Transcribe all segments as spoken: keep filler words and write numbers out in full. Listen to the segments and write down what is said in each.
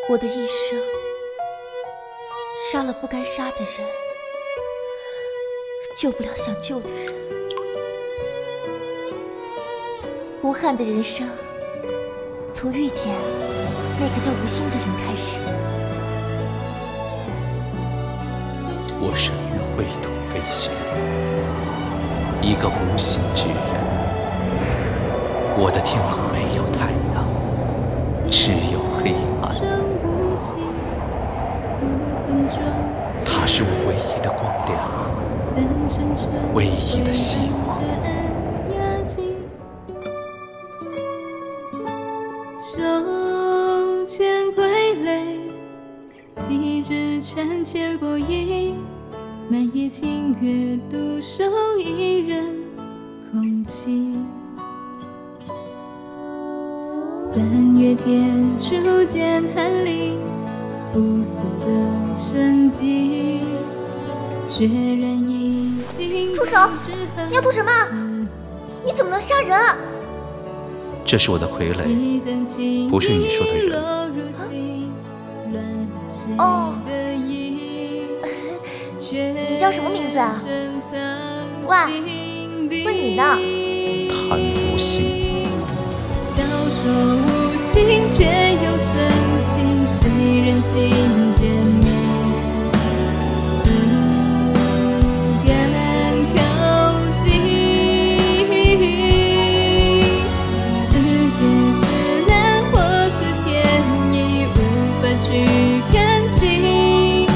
我的一生杀了不该杀的人，救不了想救的人。无憾的人生，从遇见那个叫吴昕的人开始。 我生于灰土飞雪，一个无心之人。我的天空没有太阳，只有黑暗。它是我唯一的光亮，唯一的希望。 手牵归类，七支禅千佛印，漫夜清月独守一人空寂。三月天初见寒林，复苏的生机，血染衣襟。 住手！你要做什么？你怎么能杀人啊？ 这是我的傀儡，不是你说的人。 啊、哦，你叫什么名字啊？喂，问你呢。 谭无心。 笑说无心，却又深情，谁人心间明？不敢靠近。世间是难，或是天意，无法去看清，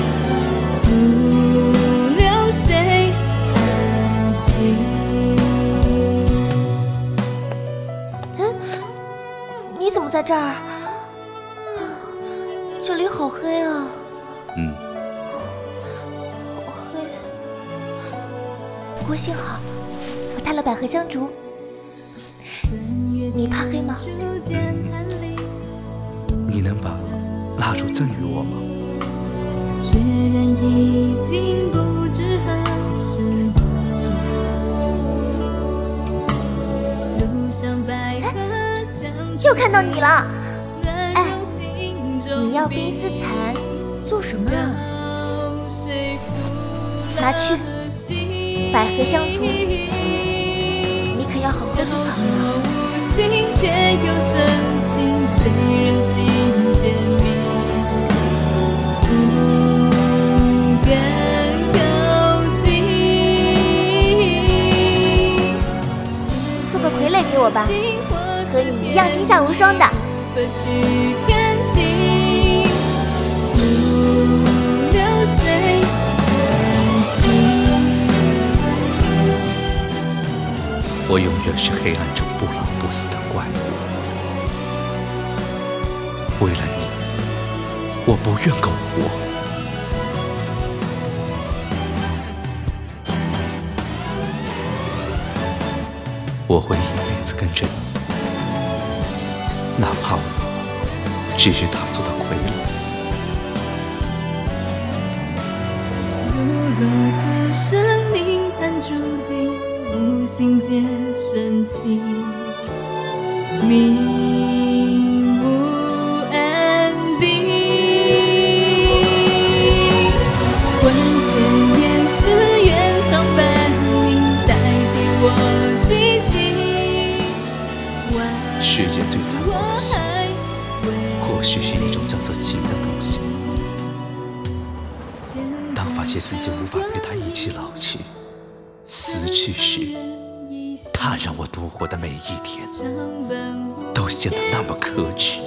不留谁安静。 你怎么在这儿？这里好黑啊。 嗯， 好黑。不过幸好我带了百合香烛。你怕黑吗？ 你能把蜡烛赠予我吗？ 血染衣襟，不知何时起。路上百合香， 又看到你了。哎，你要冰丝蚕做什么啊？拿去，百合香烛，你可要好好收藏啊。 却又深情，谁人心间明？不敢靠近。 做个傀儡给我吧，和你一样天下无双的。 我永远是黑暗中不老不死的怪物。为了你，我不愿苟活。我会一辈子跟着你，哪怕我只是他做的傀儡。 如若此生命盘注定，无心皆深情，命无安定。万千言誓愿常伴你，代替我寂静。 世界最残酷的心，或许是一种叫做情的东西。当发现自己无法陪他一起老去、死去时，他让我度过的每一天都显得那么可耻。